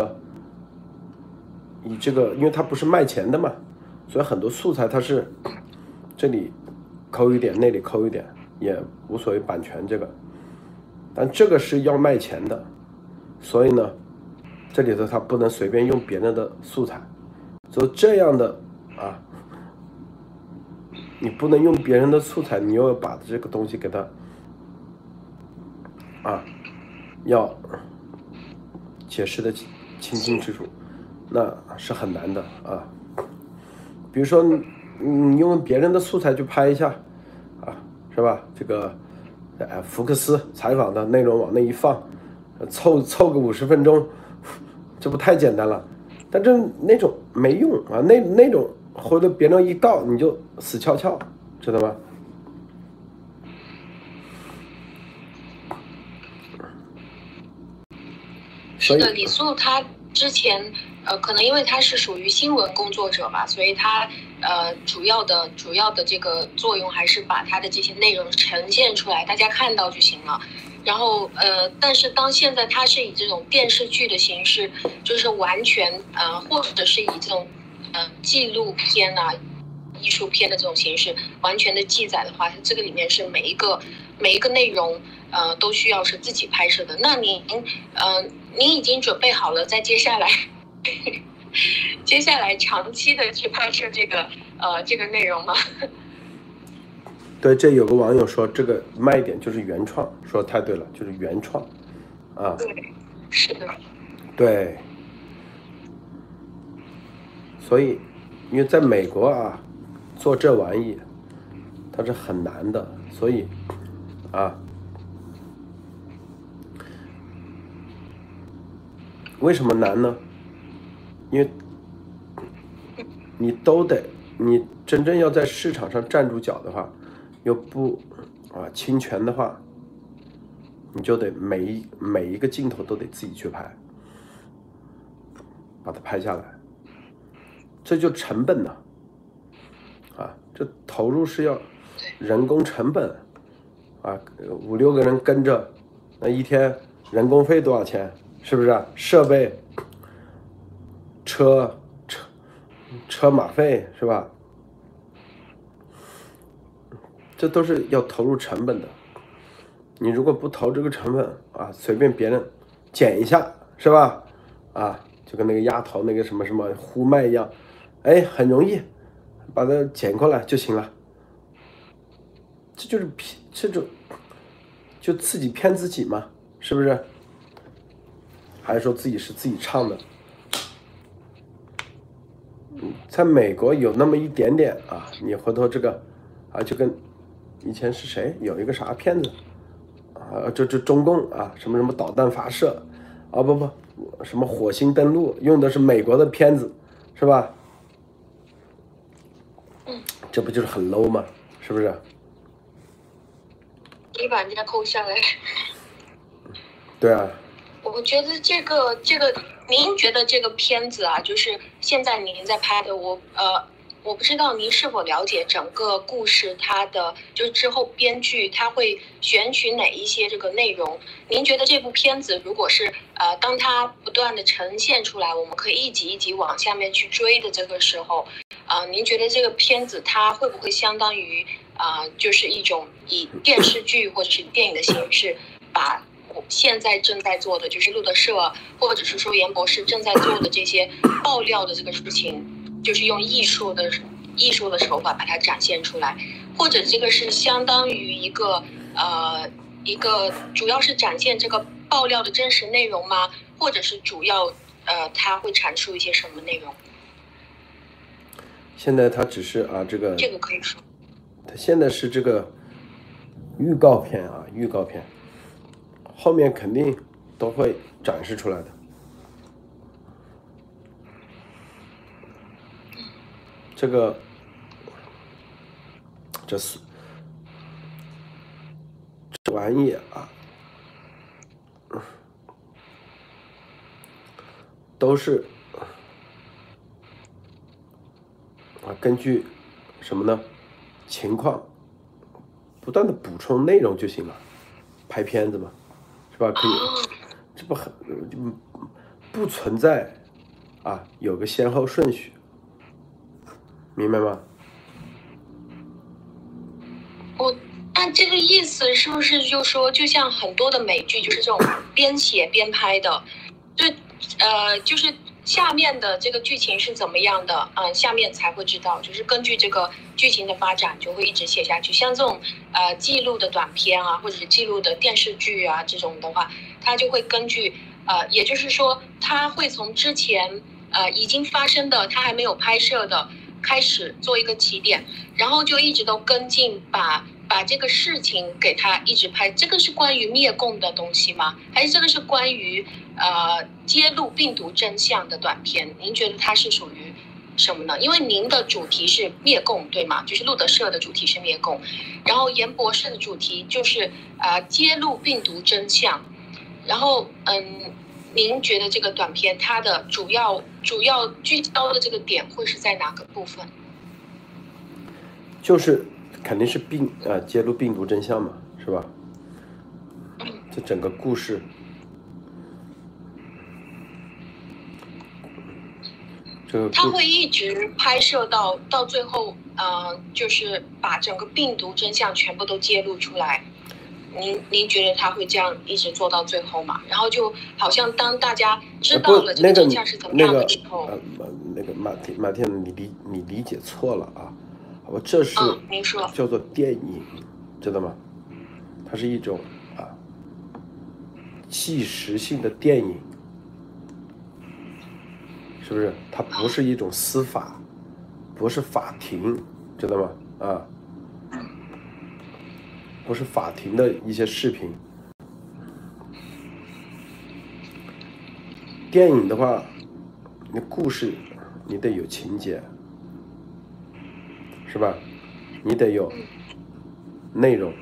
因为他不是卖钱的嘛，所以很多素材他是这里抠一点，那里抠一点，也无所谓版权这个，但这个是要卖钱的，所以呢，这里头他不能随便用别人的素材，所以这样的你不能用别人的素材，你又要把这个东西给他要解释的清清楚楚，那是很难的比如说你用别人的素材去拍一下是吧？这个福克斯采访的内容往那一放，凑个50分钟，这不太简单了。但那种没用啊，那种或者别人一告你就死翘翘，知道吗？ 是的，李素他之前可能因为他是属于新闻工作者吧，所以他主要的这个作用还是把他的这些内容呈现出来，大家看到就行了。然后但是当现在他是以这种电视剧的形式，就是完全或者是以这种纪录片啊、艺术片的这种形式完全的记载的话，这个里面是每一个内容都需要是自己拍摄的。那您已经准备好了在接下来长期的去拍摄这个内容吗？ 对，这有个网友说这个卖点就是原创，说太对了，就是原创啊。 对，是的。 对，所以因为在美国啊做这玩意它是很难的，所以啊为什么难呢？因为你真正要在市场上站住脚的话，又不侵权的话，你就得每一个镜头都得自己去拍，把它拍下来，这就成本呢这投入是要人工成本5、6个人跟着，那一天人工费多少钱？是不是设备、车马费是吧？这都是要投入成本的。你如果不投这个成本随便别人剪一下是吧？就跟那个丫头那个什么呼麦一样，很容易把它剪过来就行了。这就是这种就自己骗自己嘛，是不是？还说自己是自己唱的。在美国有那么一点点你回头这个就跟以前是谁有一个啥片子这中共什么导弹发射不什么火星登陆用的是美国的片子是吧？这不就是很 low 吗？是不是？ 你把人家扣下来。 对啊。 我觉得这个，您觉得这个片子就是现在您在拍的，我不知道您是否了解整个故事，它的就是之后编剧他会选取哪一些这个内容？您觉得这部片子如果是当它不断的呈现出来，我们可以一集一集往下面去追的这个时候，您觉得这个片子它会不会相当于就是一种以电视剧或者是电影的形式把现在正在做的就是路德社或者是说严博士正在做的这些爆料的这个事情，就是用艺术的手法把它展现出来，或者这个是相当于一个主要是展现这个爆料的真实内容吗？或者是主要它会阐述一些什么内容？ 现在它只是这个可以说， 它现在是这个预告片后面肯定都会展示出来的。这玩意都是根据什么呢？情况不断的补充内容就行了，拍片子嘛，是吧？可以，这不存在有个先后顺序，明白吗？ 按这个意思是不是就说，就像很多的美剧就是这种边写边拍的，就是下面的这个剧情是怎么样的，下面才会知道，就是根据这个剧情的发展就会一直写下去。像这种记录的短片或者是记录的电视剧这种的话，它就会根据也就是说，它会从之前已经发生的，它还没有拍摄的开始做一个起点，然后就一直都跟进，把把这个事情给他一直拍，这个是关于灭共的东西吗？还是这个是关于揭露病毒真相的短片？您觉得它是属于什么呢？因为您的主题是灭共，对吗？就是路德社的主题是灭共，然后严博士的主题就是揭露病毒真相。然后您觉得这个短片它的主要聚焦的这个点会是在哪个部分？ 就是肯定是揭露病毒真相嘛，是吧？这整个故事。 他会一直拍摄到最后，就是把整个病毒真相全部都揭露出来。您觉得他会这样一直做到最后吗？然后就好像当大家知道了这个真相是怎么样的时候， 马天，你理解错了啊！我这是您说叫做电影，知道吗？它是一种纪实性的电影。是不是？它不是一种司法，不是法庭，知道吗？不是法庭的一些视频。电影的话，你故事你得有情节，是吧？你得有内容，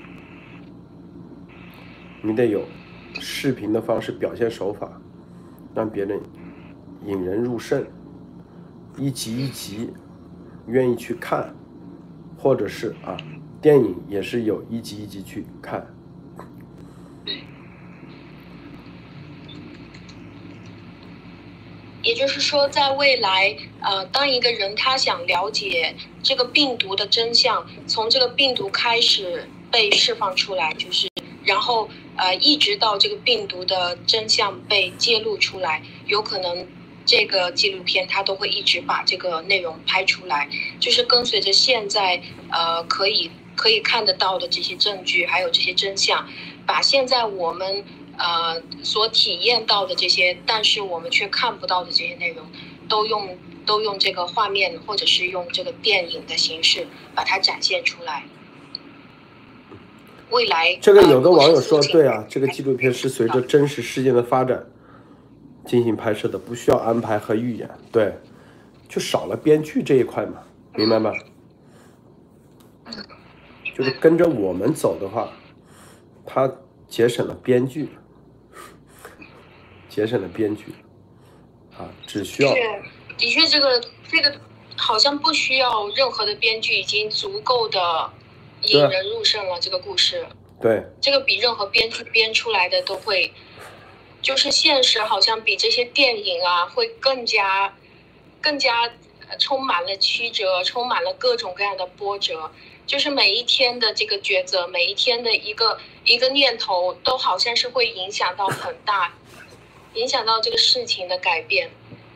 你得有视频的方式表现手法，让别人引人入胜，一集一集愿意去看，或者是电影也是有一集一集去看。 也就是说，在未来，当一个人他想了解这个病毒的真相，从这个病毒开始被释放出来，就是然后一直到这个病毒的真相被揭露出来，有可能这个纪录片它都会一直把这个内容拍出来，就是跟随着现在可以看得到的这些证据，还有这些真相，把现在我们所体验到的这些，但是我们却看不到的这些内容，都用这个画面或者是用这个电影的形式把它展现出来。未来这个有的网友说，对啊，这个纪录片是随着真实事件的发展进行拍摄的，不需要安排和预演，对，就少了编剧这一块嘛，明白吗？就是跟着我们走的话，它节省了编剧，只需要。 的确，这个好像不需要任何的编剧，已经足够的引人入胜了。这个故事， 对， 这个比任何编剧编出来的都会，就是现实好像比这些电影会更加充满了曲折，充满了各种各样的波折。就是每一天的这个抉择，每一天的一个念头，都好像是会影响到很大，影响到这个事情的改变。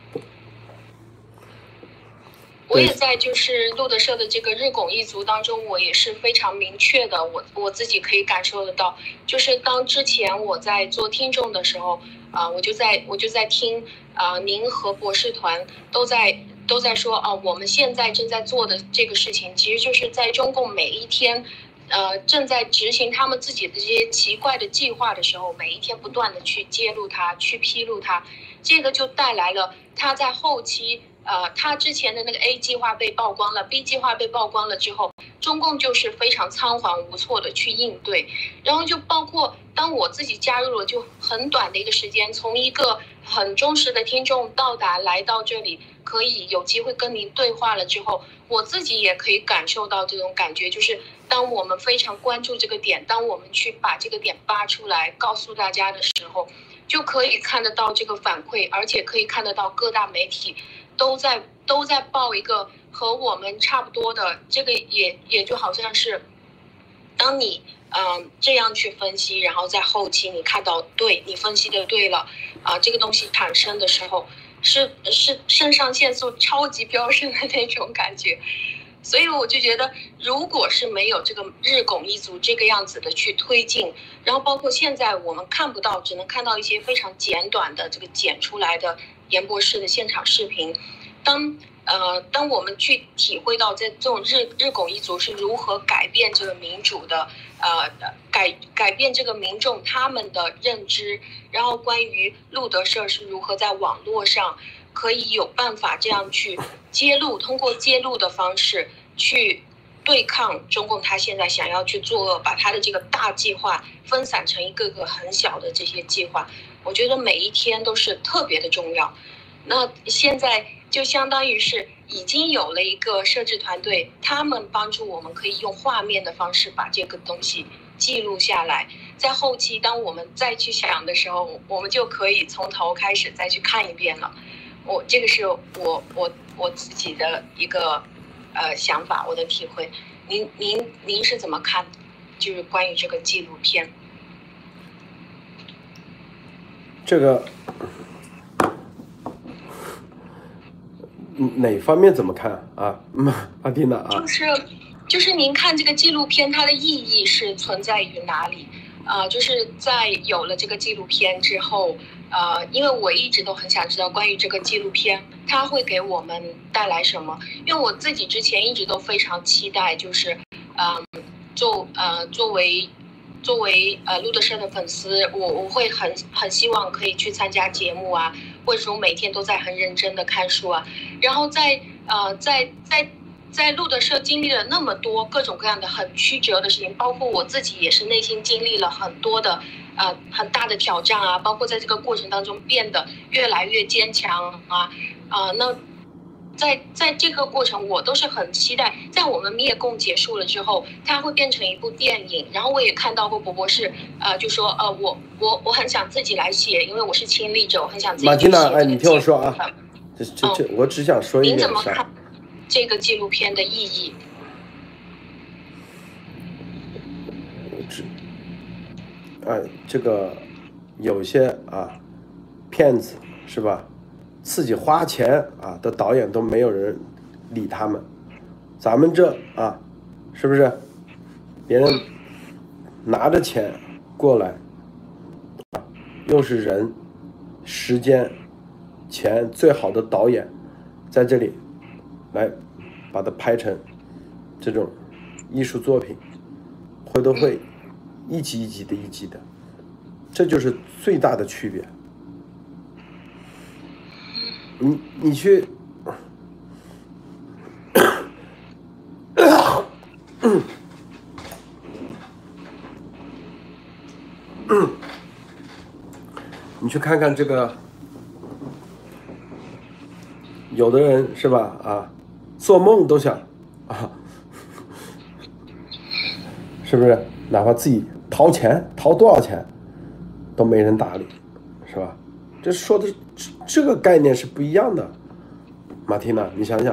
我也在就是路德社的这个日拱一卒当中，我也是非常明确的，我自己可以感受得到，就是当之前我在做听众的时候，我就在听您和博士团都在说我们现在正在做的这个事情，其实就是在中共每一天，正在执行他们自己的这些奇怪的计划的时候，每一天不断的去揭露它，去披露它，这个就带来了他在后期。他之前的那个 A 计划被曝光了 ，B 计划被曝光了之后，中共就是非常仓皇无措的去应对，然后就包括当我自己加入了，就很短的一个时间，从一个很忠实的听众来到这里，可以有机会跟您对话了之后，我自己也可以感受到这种感觉，就是当我们非常关注这个点，当我们去把这个点扒出来告诉大家的时候，就可以看得到这个反馈，而且可以看得到各大媒体都在报一个和我们差不多的，这个也就好像是，当你这样去分析，然后在后期你看到对你分析的对了这个东西产生的时候，是肾上腺素超级飙升的那种感觉。所以我就觉得，如果是没有这个日拱一卒这个样子的去推进，然后包括现在我们看不到，只能看到一些非常简短的这个剪出来的严博士的现场视频，当当我们去体会到这种日拱一卒是如何改变这个民主的，改变这个民众他们的认知，然后关于路德社是如何在网络上可以有办法这样去揭露，通过揭露的方式去对抗中共他现在想要去作恶，把他的这个大计划分散成一个个很小的这些计划，我觉得每一天都是特别的重要。那现在就相当于是已经有了一个摄制团队，他们帮助我们可以用画面的方式把这个东西记录下来，在后期当我们再去想的时候，我们就可以从头开始再去看一遍了。这个是我自己的一个想法，我的体会。您是怎么看？就是关于这个纪录片， 这个哪方面怎么看啊？阿蒂娜啊， 就是您看这个纪录片它的意义是存在于哪里？就是在有了这个纪录片之后，因为我一直都很想知道关于这个纪录片它会给我们带来什么，因为我自己之前一直都非常期待，就是作为路德社的粉丝，我会很希望可以去参加节目啊，或者说每天都在很认真的看书啊，然后在路德社经历了那么多各种各样的很曲折的事情，包括我自己也是内心经历了很多的很大的挑战啊，包括在这个过程当中变得越来越坚强啊，那在这个过程我都是很期待，在我们灭共结束了之后它会变成一部电影，然后我也看到过博博士就说我很想自己来写，因为我是亲历者，我很想自己去写。 马蒂娜，哎，你听我说啊，我只想说一点。 您怎么看这个纪录片的意义？ 这个有些骗子是吧？自己花钱的导演都没有人理他们，咱们这是不是？别人拿着钱过来，又是人、时间、钱最好的导演，在这里来把它拍成这种艺术作品，都会一集一集的，这就是最大的区别。你去你去看看这个，有的人是吧做梦都想是不是？哪怕自己掏钱掏多少钱都没人搭理，是吧？这说的这个概念是不一样的。马蒂娜，你想想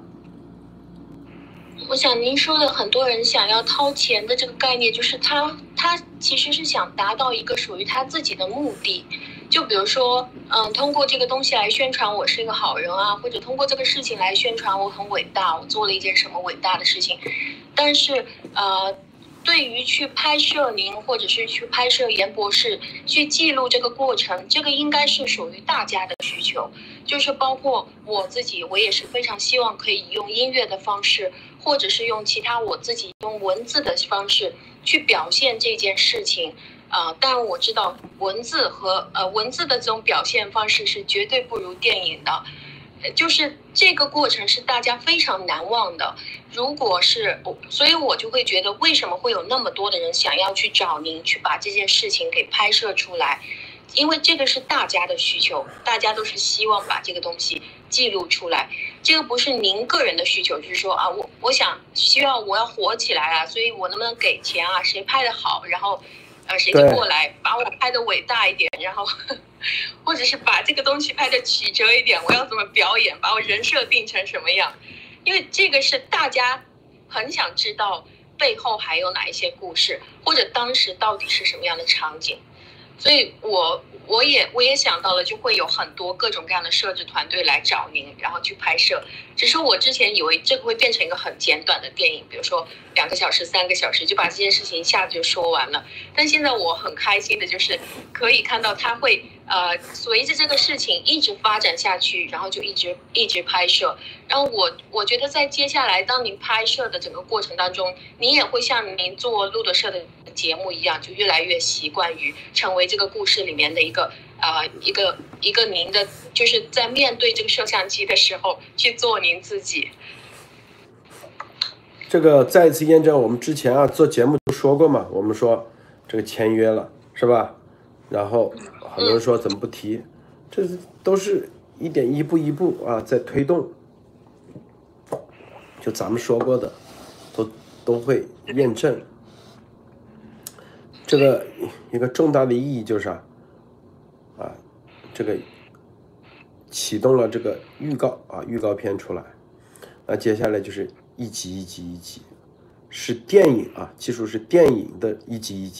我想您说的很多人想要掏钱的这个概念，就是他其实是想达到一个属于他自己的目的，就比如说通过这个东西来宣传我是一个好人啊，或者通过这个事情来宣传我很伟大，我做了一件什么伟大的事情。但是对于去拍摄您，或者是去拍摄严博士，去记录这个过程，这个应该是属于大家的需求，就是包括我自己，我也是非常希望可以用音乐的方式，或者是用其他我自己用文字的方式去表现这件事情。但我知道文字和文字的这种表现方式是绝对不如电影的。就是这个过程是大家非常难忘的。如果是，所以我就会觉得，为什么会有那么多的人想要去找您，去把这件事情给拍摄出来？因为这个是大家的需求，大家都是希望把这个东西记录出来。这个不是您个人的需求，就是说我需要我要火起来啊，所以我能不能给钱啊？谁拍得好，然后谁就过来把我拍得伟大一点，然后或者是把这个东西拍得曲折一点，我要怎么表演，把我人设定成什么样？因为这个是大家很想知道背后还有哪一些故事，或者当时到底是什么样的场景。所以我也想到了，就会有很多各种各样的摄制团队来找您，然后去拍摄。只是我之前以为这个会变成一个很简短的电影，比如说2个小时、3个小时就把这件事情一下子就说完了。但现在我很开心的就是可以看到它会随着这个事情一直发展下去，然后就一直拍摄。然后我觉得在接下来，当您拍摄的整个过程当中，您也会像您做路德社的节目一样，就越来越习惯于成为这个故事里面的一个您的，就是在面对这个摄像机的时候去做您自己。 这个再一次验证我们之前做节目都说过嘛，我们说这个签约了是吧？然后很多人说怎么不提，这都是一步一步在推动，就咱们说过的都会验证。这个一个重大的意义就是这个启动了这个预告片出来，那接下来就是一集一集，是电影技术是电影的一集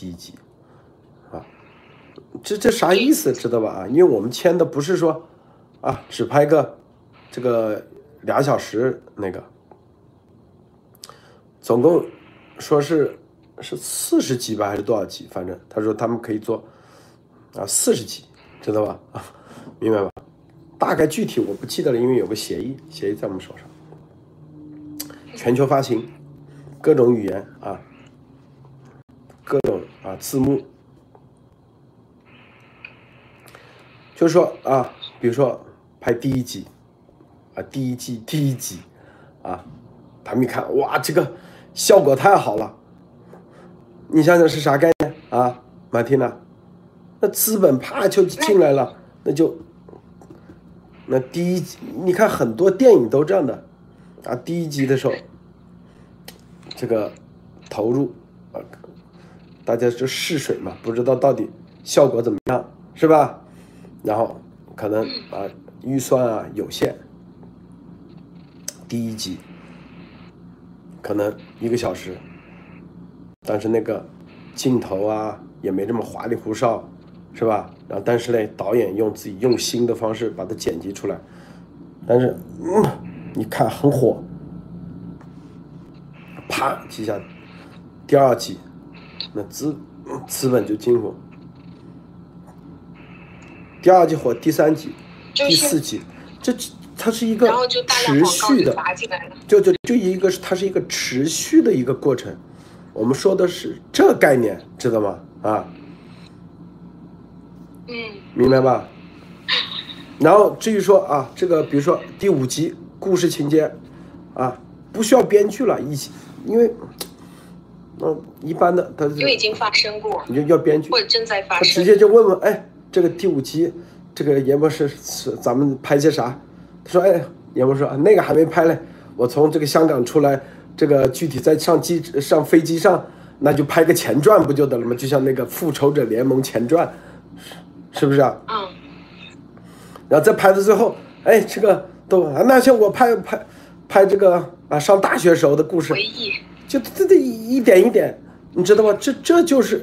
这啥意思知道吧？因为我们签的不是说只拍个这个2小时那个，总共说是40集吧还是多少集，反正他说他们可以做40集，知道吧？明白吧？大概具体我不记得了，因为有个协议在我们手上，全球发行，各种语言各种字幕，就是说比如说拍第一集第一集他们一看，哇，这个效果太好了，你想想是啥概念马蒂娜？那资本啪就进来了，那第一集你看很多电影都这样的第一集的时候这个投入大家就试水嘛，不知道到底效果怎么样是吧？然后可能预算有限，第一集可能1个小时，但是那个镜头也没这么花里胡哨是吧？然后但是呢，导演用自己用心的方式把它剪辑出来，但是你看很火，啪几下，第2集那资本就进入，第2集火，第3集、第4集，它是一个持续的，它是一个持续的一个过程。我们说的是这概念，知道吗？明白吧？然后至于说这个比如说第5集故事情节不需要编剧了，因为一般的它就已经发生过， 你就要编剧或者正在发生， 他直接就问这个第5集这个严博士咱们拍些啥？他说严博士说那个还没拍嘞，我从这个香港出来，这个具体在上飞机上，那就拍个前传不就得了吗？就像那个复仇者联盟前传，是不是然后再拍到最后，这个都那像我拍这个上大学时候的故事， 回忆， 就这一点一点，你知道吗？这就是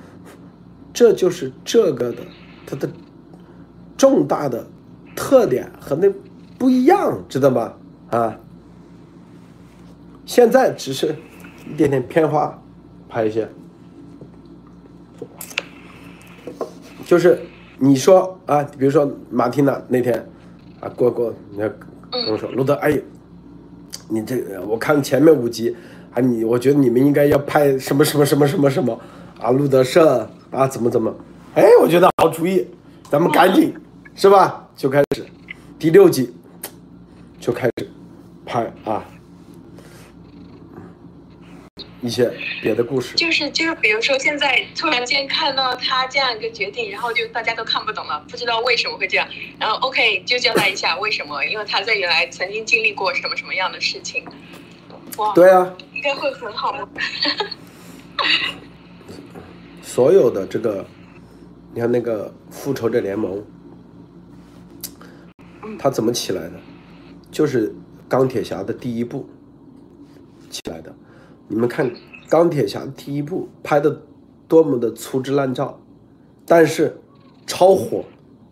这个的它的重大的特点和那不一样，知道吗？现在只是一点点片花拍一些，就是你说比如说马蒂娜那天过你跟我说路德，你这个我看前面5集我觉得你们应该要拍什么路德社怎么我觉得好主意，咱们赶紧是吧？就开始第6集就开始拍一些别的故事， 就是比如说现在突然间看到他这样一个决定，然后就大家都看不懂了，不知道为什么会这样，然后 OK 就交代一下为什么，因为他在原来曾经经历过什么样的事情。哇， 对应该会很好。 所有的这个你看那个复仇者联盟它怎么起来的，就是钢铁侠的第1部起来的。你们看钢铁侠第1部拍的多么的粗制滥造，但是超火，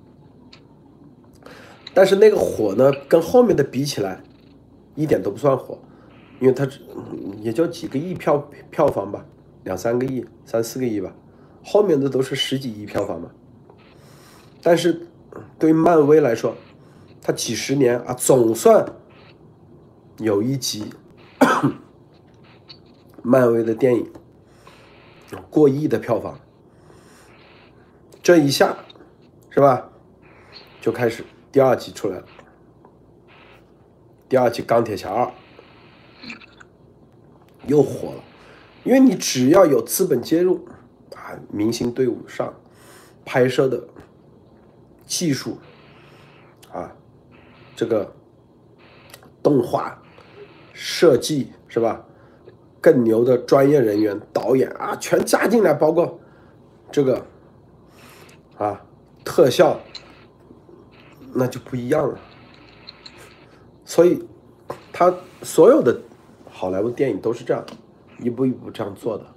但是那个火呢跟后面的比起来一点都不算火，因为它也就几个亿票房吧，2-3个亿、3-4个亿吧，后面的都是10几亿票房嘛。 但是对漫威来说，它几十年啊，总算有一集漫威的电影过亿的票房，这一下是吧，就开始第二集出来了，第二集钢铁侠2又火了，因为你只要有资本介入啊，明星队伍上拍摄的技术啊，这个动画设计是吧，更牛的专业人员导演啊全加进来，包括这个啊特效，那就不一样了。所以他所有的好莱坞电影都是这样一步一步这样做的，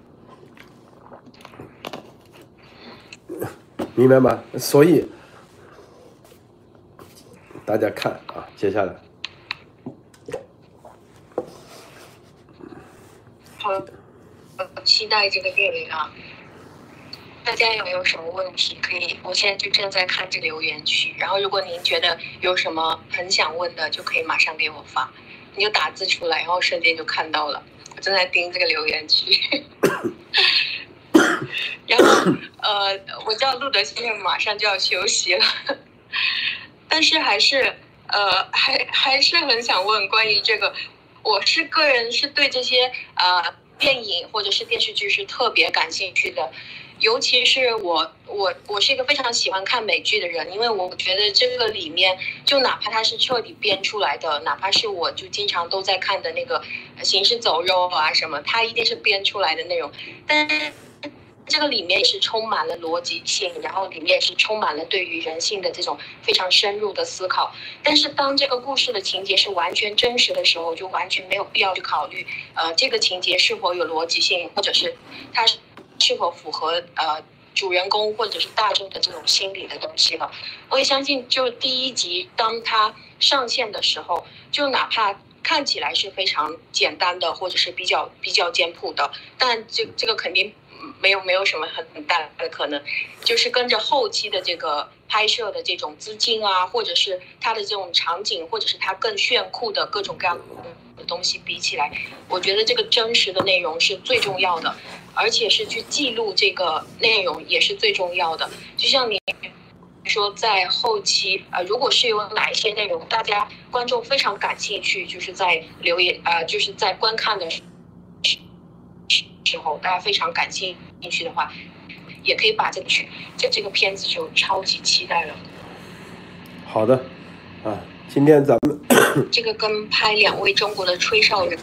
明白吗？所以大家看啊，接下来好，期待这个电影啊！大家有没有什么问题可以？我现在就正在看这个留言区，然后如果您觉得有什么很想问的，就可以马上给我发，你就打字出来，然后瞬间就看到了。我正在盯这个留言区，然后我知道路德先生马上就要休息了，但是还是很想问关于这个，我是个人是对这些电影或者是电视剧是特别感兴趣的。尤其是我是一个非常喜欢看美剧的人，因为我觉得这个里面就哪怕它是彻底编出来的，哪怕是我就经常都在看的那个行尸走肉啊什么，它一定是编出来的内容，但是这个里面是充满了逻辑性，然后里面是充满了对于人性的这种非常深入的思考。但是当这个故事的情节是完全真实的时候，就完全没有必要去考虑这个情节是否有逻辑性，或者是它是否符合主人公或者是大众的这种心理的东西了。我也相信，就第一集当它上线的时候，就哪怕看起来是非常简单的，或者是比较简朴的，但这个肯定没有什么很大的可能，就是跟着后期的这个拍摄的这种资金啊，或者是它的这种场景，或者是它更炫酷的各种各样的东西比起来，我觉得这个真实的内容是最重要的，而且是去记录这个内容也是最重要的。就像你说在后期如果是有哪一些内容大家观众非常感兴趣，就是在留言就是在观看的时候大家非常感兴趣的话，也可以把这个片子就超级期待了。 好的啊，今天咱们这个跟拍2位中国的吹哨人，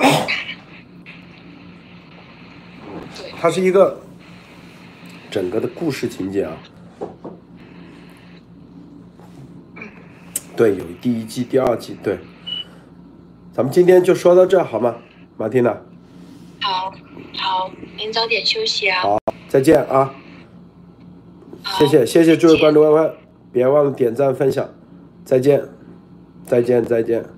对， 它是一个整个的故事情节啊，对，有第1季、第2季，对，咱们今天就说到这好吗，马蒂娜？ 好，您早点休息啊。 好，再见啊！谢谢诸位观众，别忘了点赞分享，再见。